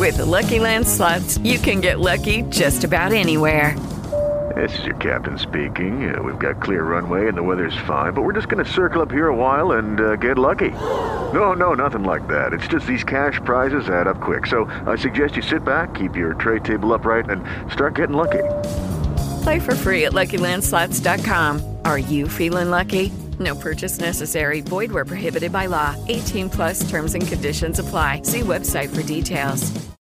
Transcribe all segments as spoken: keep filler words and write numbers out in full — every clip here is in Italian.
With the Lucky Land Slots, you can get lucky just about anywhere. This is your captain speaking. Uh, we've got clear runway and the weather's fine, but we're just going to circle up here a while and uh, get lucky. No, no, nothing like that. It's just these cash prizes add up quick. So I suggest you sit back, keep your tray table upright, and start getting lucky. Play for free at Lucky Land Slots dot com. Are you feeling lucky? No purchase necessary. Void where prohibited by law. eighteen plus terms and conditions apply. See website for details.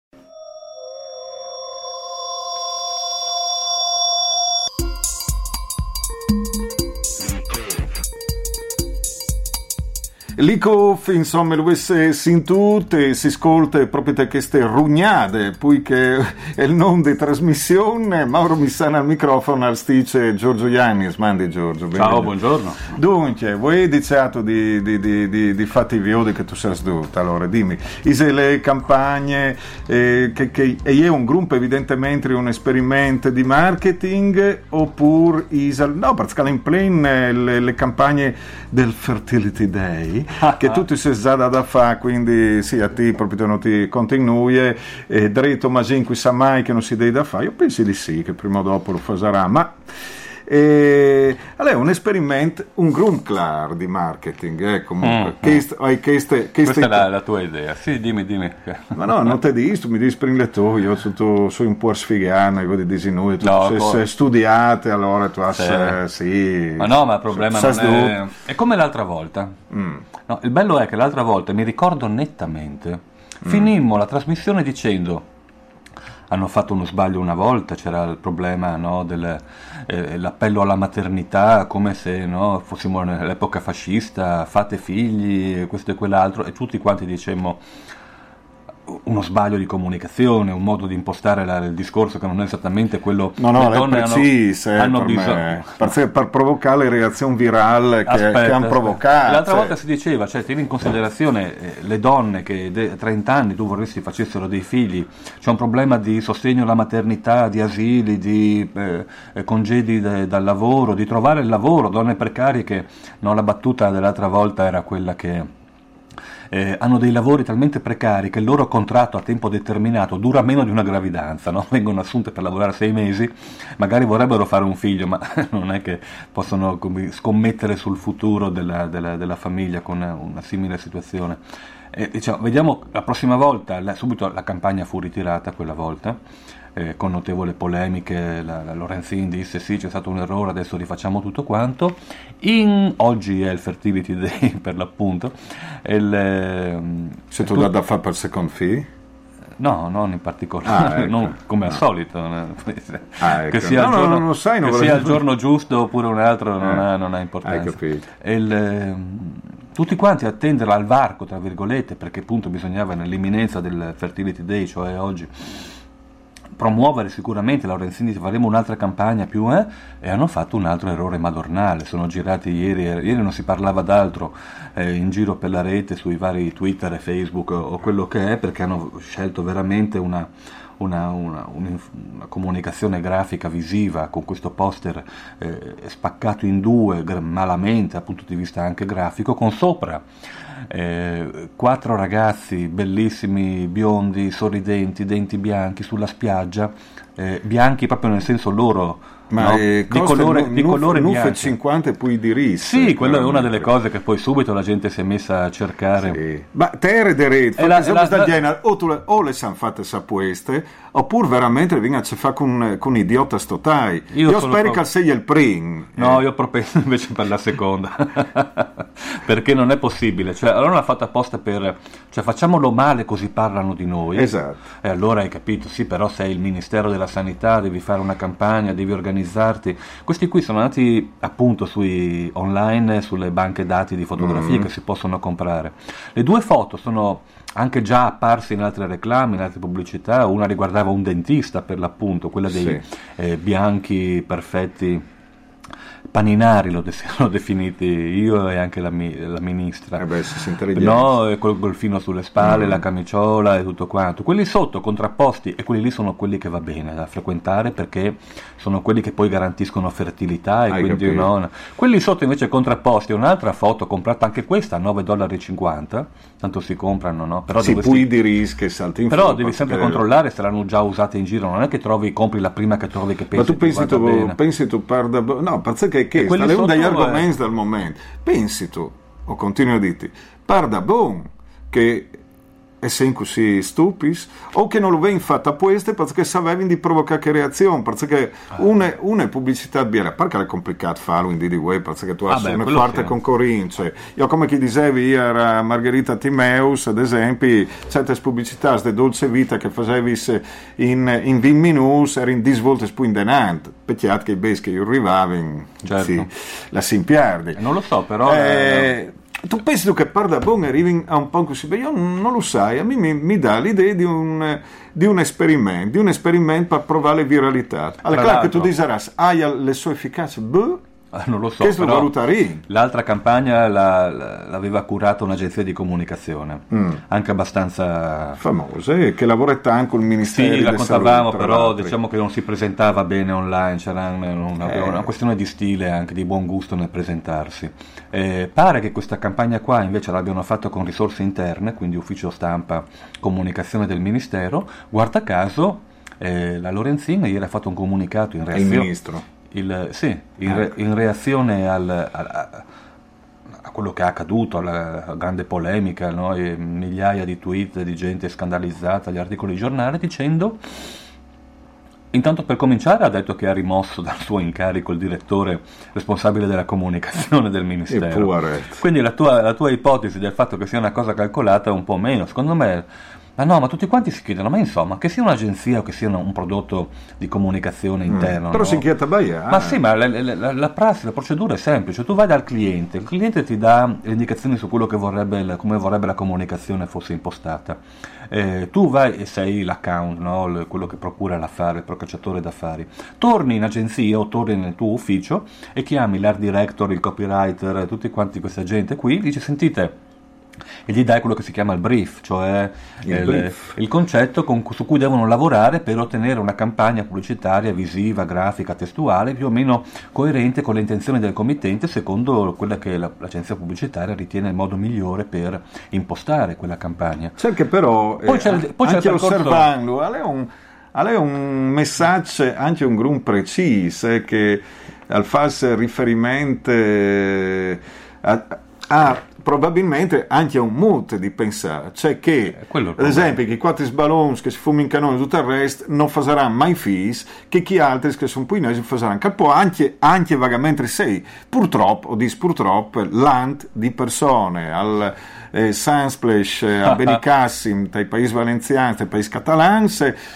Licof, insomma, lo avesse sin tutte, si ascolta proprio da queste rugnade, poiché è il nome di trasmissione. Mauro Missana al microfono, al stice Giorgio Iannis. Mandi Giorgio. Ciao, buongiorno. Dunque, voi hai iniziato di, di, di, di, di fatti viodi che tu sei sdotta, allora dimmi, ise le campagne, eh, che, che è un gruppo evidentemente un esperimento di marketing, oppure isa, no, perché in plain le, le campagne del Fertility Day, che tu ti sei già da fare, quindi sì, a te proprio non ti continui e dritto ma in cui sa mai che non si deve da fare. Io penso di sì, che prima o dopo lo farà, ma e allora è un esperimento, un ground clar di marketing, eh, comunque. Mm, che, mm. Che, che, che, questa è la, la tua idea, sì, dimmi, dimmi. Ma no, non te dico, mi dici prima tu, io sono un po' sfigano, io di noi, tu no, sei, sei studiate, allora tu sì. Has, sì. Ma no, ma il problema non è... È come l'altra volta. Mm. No, il bello è che l'altra volta, mi ricordo nettamente, mm. finimmo la trasmissione dicendo... Hanno fatto uno sbaglio una volta, c'era il problema, no, dell'appello eh, alla maternità, come se, no, fossimo nell'epoca fascista, fate figli, questo e quell'altro, e tutti quanti dicemmo uno sbaglio di comunicazione, un modo di impostare la, il discorso che non è esattamente quello no, no, le donne precise, hanno, hanno per bisogno per, per provocare le reazioni virali che, aspetta, che hanno provocato. L'altra volta si diceva, cioè tieni in considerazione eh, le donne che a trenta anni tu vorresti facessero dei figli, c'è un problema di sostegno alla maternità, di asili, di eh, congedi de, dal lavoro, di trovare il lavoro, donne precarie che, no, la battuta dell'altra volta era quella che Eh, hanno dei lavori talmente precari che il loro contratto a tempo determinato dura meno di una gravidanza, no? Vengono assunte per lavorare sei mesi, magari vorrebbero fare un figlio, ma non è che possono come, scommettere sul futuro della, della, della famiglia con una, una simile situazione. E, diciamo, vediamo la prossima volta, la, subito la campagna fu ritirata quella volta, eh, con notevole polemiche, la, la Lorenzin disse sì, c'è stato un errore, adesso rifacciamo tutto quanto. In, oggi è il Fertility Day per l'appunto. Il, Se tu da da fare per second fee? No, non in particolare, ah, ecco. Non come al no. solito, ah, ecco. che sia, no, il, giorno, no, non sai, non che sia il giorno giusto oppure un altro non, eh, ha, non ha importanza. Il, tutti quanti attenderla al varco, tra virgolette, perché appunto bisognava nell'imminenza del Fertility Day, cioè oggi, promuovere sicuramente, Lorenzini faremo un'altra campagna più, eh, e hanno fatto un altro errore madornale, sono girati ieri, ieri non si parlava d'altro eh, in giro per la rete sui vari Twitter e Facebook o, o quello che è, perché hanno scelto veramente una, una, una, una comunicazione grafica visiva con questo poster eh, spaccato in due malamente dal punto di vista anche grafico, con sopra Eh, quattro ragazzi bellissimi, biondi, sorridenti, denti bianchi sulla spiaggia, eh, bianchi proprio nel senso loro, ma no? di colore, nu, di colore nu, bianco. cinquanta e poi di riso. Sì, quella è una delle cose che poi subito la gente si è messa a cercare. Sì. Ma te erederete, o, tu le, o le san fatte sapueste, oppure veramente le vengono a fare con, con idiota stotai. Io, io spero pro... che sia il primo. No, eh. io propenso invece per la seconda. Perché non è possibile. Cioè, allora l'ha fatta apposta per... Cioè, facciamolo male così parlano di noi. Esatto. E allora hai capito, sì, però sei il Ministero della Sanità, devi fare una campagna, devi organizzarti. Questi qui sono andati appunto sui online, sulle banche dati di fotografie mm. che si possono comprare. Le due foto sono anche già apparse in altre reclame, in altre pubblicità. Una riguardava un dentista, per l'appunto, quella dei sì. eh, bianchi perfetti paninari lo siamo definiti io e anche la, la ministra, eh beh, si intelligenti. No, e col golfino sulle spalle, mm. la camiciola e tutto quanto. Quelli sotto contrapposti, e quelli lì sono quelli che va bene da frequentare, perché sono quelli che poi garantiscono fertilità e Hai quindi no, quelli sotto invece contrapposti. Un'altra foto comprata anche questa a nove virgola cinquanta dollari, tanto si comprano, no? Però sì, dovresti... poi di rischi e salti in però fuoco, devi sempre perché... controllare se l'hanno già usata in giro, non è che trovi, compri la prima che trovi che pensi. Ma tu pensi tu, tu, pensi tu parda, no, perché che è uno degli argomenti è... del momento. Pensi tu, o continuo a dirti, parda bon che e sei così stupis o che non lo vedi fatta queste perché sapevi di provocare che reazione, perché una, una è pubblicità biela, perché è complicato farlo in D D web, perché tu hai una forte concorrenza. Cioè, io come chi dicevi io era Margherita Timeus ad esempio, certe pubblicità de dolce vita che facevi in, in venti minuti erano dieci volte più indenante, peccato che i beschi arrivavano certo. Sì, la si impiardi. Non lo so però eh, eh... tu pensi tu che parla bon arrivi a un po' così? Beh, io non lo sai, a me mi, mi dà l'idea di un, di un esperimento, di un esperimento per provare viralità. Allora, claro che tu dirai, hai le sue efficacia? Beh, non lo so, che però l'altra campagna la, la, l'aveva curata un'agenzia di comunicazione, mm. anche abbastanza famosa, eh, che lavoretta anche il Ministero sì, della raccontavamo, Salute, però diciamo che non si presentava bene online, c'era una, eh. una questione di stile, anche di buon gusto nel presentarsi. Eh, pare che questa campagna qua invece l'abbiano fatto con risorse interne, quindi ufficio stampa, comunicazione del Ministero. Guarda caso eh, la Lorenzin ieri ha fatto un comunicato in reazione. Il ministro. Il, sì, in, re, in reazione al, al, a quello che è accaduto, alla grande polemica, no? E migliaia di tweet di gente scandalizzata, gli articoli di giornale, dicendo, intanto per cominciare ha detto che ha rimosso dal suo incarico il direttore responsabile della comunicazione del Ministero. Quindi la tua, la tua ipotesi del fatto che sia una cosa calcolata è un po' meno, secondo me. Ma no, ma tutti quanti si chiedono, ma insomma, che sia un'agenzia o che sia un prodotto di comunicazione interno. Mm, però no? si inchieta Baia. Ma sì, ma la, la, la prassi, la procedura è semplice, tu vai dal cliente, il cliente ti dà le indicazioni su quello che vorrebbe, come vorrebbe la comunicazione fosse impostata. Eh, tu vai e sei l'account, no? Quello che procura l'affare, il procacciatore d'affari. Torni in agenzia o torni nel tuo ufficio e chiami l'art director, il copywriter, tutti quanti questa gente qui, dici sentite, e gli dai quello che si chiama il brief, cioè il, il, brief. il concetto con, su cui devono lavorare per ottenere una campagna pubblicitaria, visiva, grafica, testuale più o meno coerente con le intenzioni del committente secondo quella che la, l'agenzia pubblicitaria ritiene il modo migliore per impostare quella campagna. C'è che però poi eh, c'è, poi anche c'è osservando è un, è un messaggio anche un gruppo preciso eh, che al farsi riferimento eh, a, a probabilmente anche a un mood di pensare, cioè che ad esempio che i quattro sballons che si fumano in canone e tutto il resto non faranno mai fis, che chi altri che sono poi noi faranno che può anche, anche vagamente sei purtroppo, o dis purtroppo land di persone al eh, Sunsplash, eh, a Benicassim dai paesi valenziani, dai paesi catalani,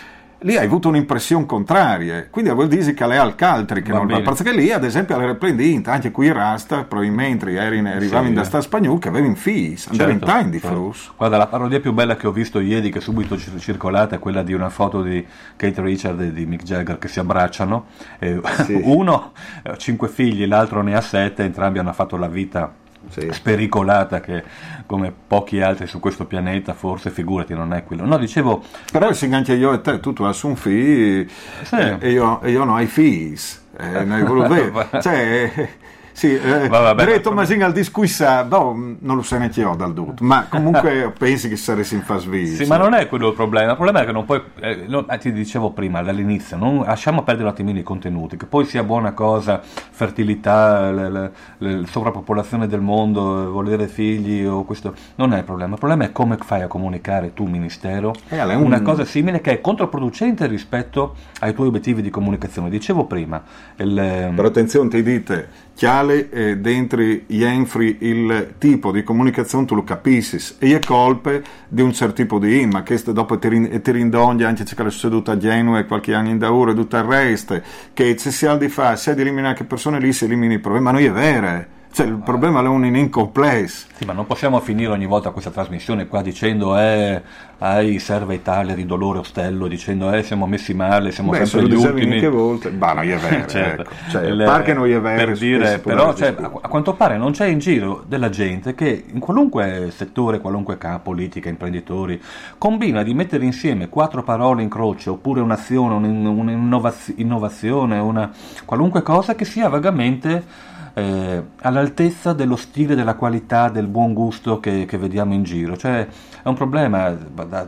lì hai avuto un'impressione contraria, quindi vuol dire che lei ha altri che va non va, perché lì ad esempio alle riprendinte anche qui Rasta probabilmente arrivavano sì, da sta spagnolo che avevano fees, andavano certo, in time di frus. Guarda, la parodia più bella che ho visto ieri, che subito circolata, è quella di una foto di Kate Richards e di Mick Jagger che si abbracciano, e sì. uno ha cinque figli, l'altro ne ha sette, entrambi hanno fatto la vita sì. spericolata che come pochi altri su questo pianeta, forse, figurati, non è quello. No, dicevo, però se anche io e te tu, tu hai un figlio sì. eh, e, io, e io non hai figli eh, non cioè sì, eh, Re Tommasino al discussa, no, non lo sai neanche io dal tutto, ma comunque pensi che saresti in fase sì, sì, ma non è quello il problema, il problema è che non puoi, eh, no, ti dicevo prima dall'inizio, non, lasciamo perdere un attimino i contenuti, che poi sia buona cosa, fertilità, le, le, le, sovrappopolazione del mondo, volere figli o questo, non è il problema, il problema è come fai a comunicare tu ministero eh, un... una cosa simile che è controproducente rispetto ai tuoi obiettivi di comunicazione. Dicevo prima il, però attenzione, ti dite chiale eh, dentro gli enfri il tipo di comunicazione tu lo capisci e è colpe di un certo tipo di in, ma che dopo ti rindoglia anche c'è che è succeduto a Genova e qualche anno in Dauro e tutto il resto, che se si ha di fare, se di eliminare che persone lì si elimini i problemi, ma non è vero, Cioè, il problema è un incomplesso. Sì, ma non possiamo finire ogni volta questa trasmissione qua dicendo eh, ai serve Italia di dolore ostello, dicendo eh siamo messi male, siamo Beh, sempre gli ultimi. Che volte. Bah, non è vero, certo. ecco. Cioè, Il, par che non è vero, per dire, però cioè, a, a quanto pare non c'è in giro della gente che in qualunque settore, qualunque campo, politica, imprenditori, combina di mettere insieme quattro parole in croce, oppure un'azione, un'innovazione, una qualunque cosa che sia vagamente Eh, all'altezza dello stile, della qualità, del buon gusto che, che vediamo in giro. Cioè è un problema da,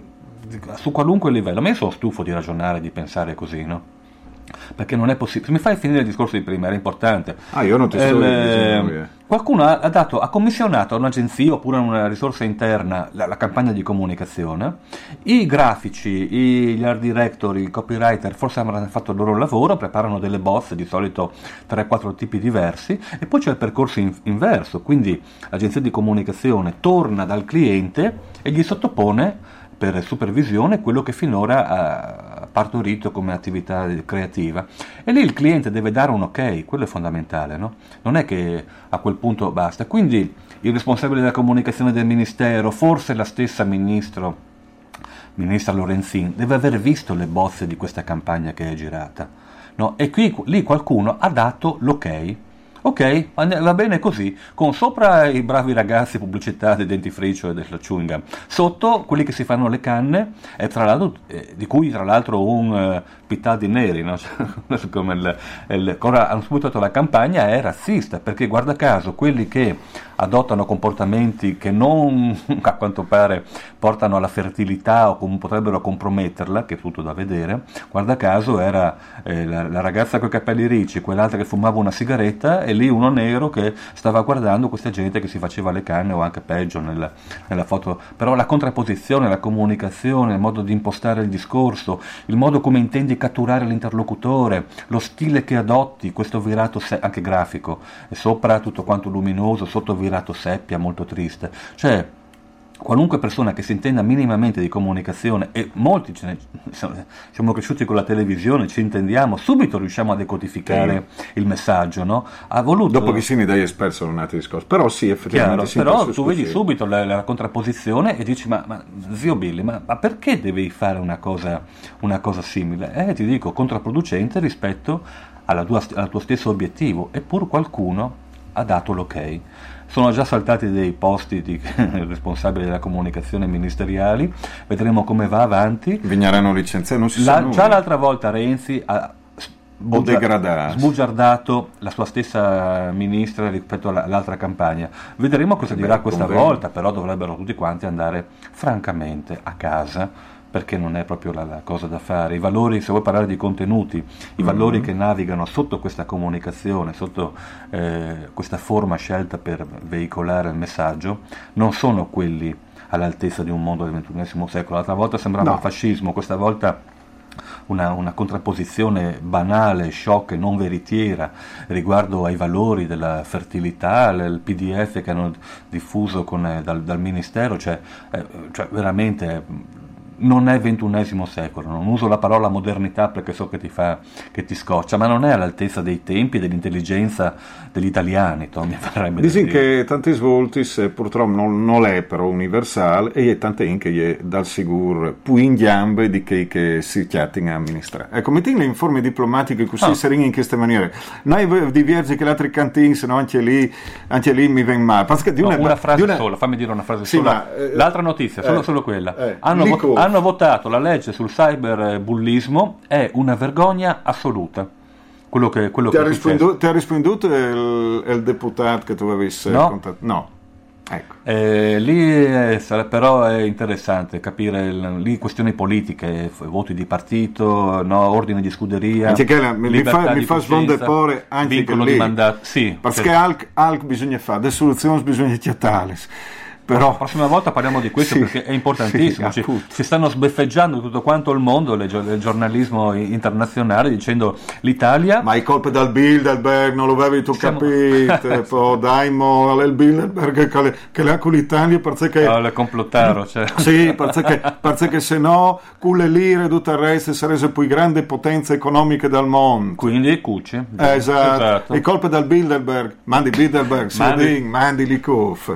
su qualunque livello. A me sono stufo di ragionare, di pensare così, no? Perché non è possibile. Mi fai finire il discorso di prima, era importante. Ah, io non ti sto eh, dicendo. Qualcuno ha, ha dato, ha commissionato a un'agenzia oppure a una risorsa interna la, la campagna di comunicazione. I grafici, i, gli art director, i copywriter forse avranno fatto il loro lavoro, preparano delle bozze, di solito tre quattro tipi diversi, e poi c'è il percorso in, inverso, quindi l'agenzia di comunicazione torna dal cliente e gli sottopone per supervisione quello che finora ha partorito come attività creativa, e lì il cliente deve dare un ok, quello è fondamentale, no? Non è che a quel punto basta. Quindi il responsabile della comunicazione del ministero, forse la stessa ministro ministra Lorenzin, deve aver visto le bozze di questa campagna che è girata, no? E qui lì qualcuno ha dato l'ok. Ok, va bene così, con sopra i bravi ragazzi pubblicità del dentifricio e della chewing gum, sotto quelli che si fanno le canne, e tra l'altro, eh, di cui tra l'altro un uh, Pittadi neri, no? Cioè, come il, il, ora hanno sputtato la campagna, è razzista, perché guarda caso quelli che adottano comportamenti che non, a quanto pare, portano alla fertilità o com- potrebbero comprometterla, che è tutto da vedere, guarda caso era eh, la, la ragazza con i capelli ricci, quell'altra che fumava una sigaretta, e lì uno nero che stava guardando questa gente che si faceva le canne, o anche peggio nella, nella foto. Però la contrapposizione, la comunicazione, il modo di impostare il discorso, il modo come intendi catturare l'interlocutore, lo stile che adotti, questo virato se- anche grafico, e sopra tutto quanto luminoso, sotto virato seppia, molto triste. Cioè, qualunque persona che si intenda minimamente di comunicazione, e molti ce ne, siamo cresciuti con la televisione, ci intendiamo, subito riusciamo a decodificare sì. il messaggio, no? Ha voluto... Dopo che si ne dai esperti sono un altro discorso, però sì, effettivamente sì, però tu vedi subito la, la contrapposizione e dici ma, ma zio Billy, ma, ma perché devi fare una cosa, una cosa simile? Eh, ti dico, controproducente rispetto alla tua, al tuo stesso obiettivo, eppur qualcuno ha dato l'ok. Sono già saltati dei posti di responsabili della comunicazione ministeriali, vedremo come va avanti. Vigneranno licenziati, non si La, sa già l'altra volta Renzi ha sbugia, sbugiardato la sua stessa ministra rispetto all'altra campagna. Vedremo cosa Beh, dirà questa convegno. volta, però dovrebbero tutti quanti andare francamente a casa, perché non è proprio la, la cosa da fare. I valori, se vuoi parlare di contenuti, i mm-hmm. valori che navigano sotto questa comunicazione, sotto eh, questa forma scelta per veicolare il messaggio, non sono quelli all'altezza di un mondo del ventunesimo secolo. L'altra volta sembrava no. il fascismo, questa volta una, una contrapposizione banale, sciocca e non veritiera riguardo ai valori della fertilità, il P D F che hanno diffuso con, eh, dal, dal Ministero, cioè, eh, cioè veramente... non è ventunesimo secolo, non uso la parola modernità perché so che ti fa, che ti scoccia, ma non è all'altezza dei tempi e dell'intelligenza degli italiani. To, mi farebbe Dici che tanti svolti purtroppo non, non è però universale, e tante in che è dal sicuro più in gambe di che, che si chiatting a amministrare. Ecco, metti le informe diplomatiche così oh. serine in queste maniere. Noi divergi che l'altri cantini, se no anche lì, anche lì mi vengono male. Di no, una, una frase di una... sola, fammi dire una frase sì, sola. Ma, eh, L'altra notizia, solo, eh, solo quella. Eh, hanno, vo- hanno votato la legge sul cyberbullismo, è una vergogna assoluta. Quello che, quello ti, che ha rispondu- ti ha risponduto il, il deputato che tu avessi no. contattato? No. Ecco. Eh, lì è, però è interessante capire il, lì questioni politiche, voti di partito, no, ordine di scuderia, anche che la, mi fa, mi fa svondere anche vincolo che lì, di mandato, sì, perché alc, alc bisogna fare, le soluzioni bisogna chiattare. però... La prossima volta parliamo di questo, sì, perché è importantissimo. sì, si, si stanno sbeffeggiando tutto quanto il mondo, il, il giornalismo internazionale, dicendo l'Italia... Ma è colpa del Bilderberg, non lo avevi tu Siamo... capito, poi dai mo il Bilderberg che, le, che le ha con l'Italia perché... Oh, le complottaro, cioè. Sì, perché, perché se no con le lire e tutto il resto sarebbe più grande potenza economica del mondo. Quindi cucci. Esatto, esatto. è colpa del Bilderberg, mandi Bilderberg, mandi, mandi Likov.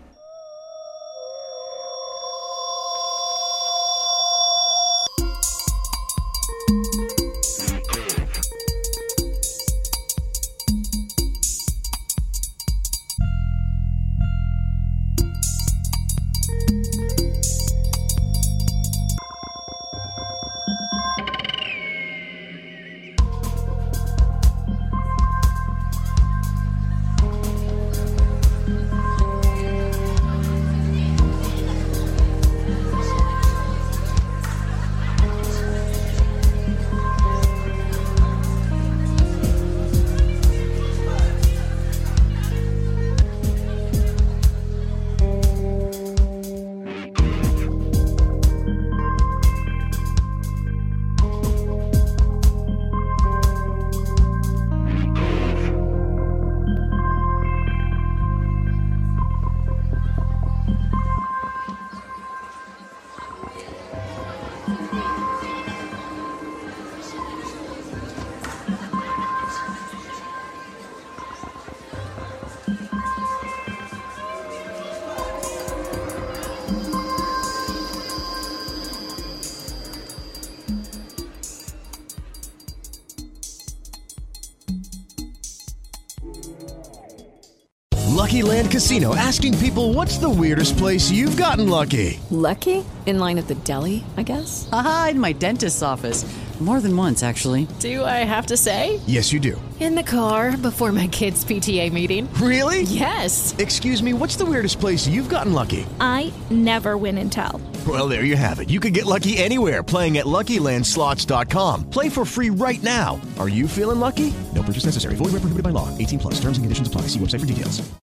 Lucky Land Casino, asking people, what's the weirdest place you've gotten lucky? Lucky? In line at the deli, I guess? Aha, in my dentist's office. More than once, actually. Do I have to say? Yes, you do. In the car before my kids' P T A meeting. Really? Yes. Excuse me, what's the weirdest place you've gotten lucky? I never win and tell. Well, there you have it. You can get lucky anywhere, playing at Lucky Land Slots dot com. Play for free right now. Are you feeling lucky? No purchase necessary. Void where prohibited by law. eighteen plus. Terms and conditions apply. See website for details.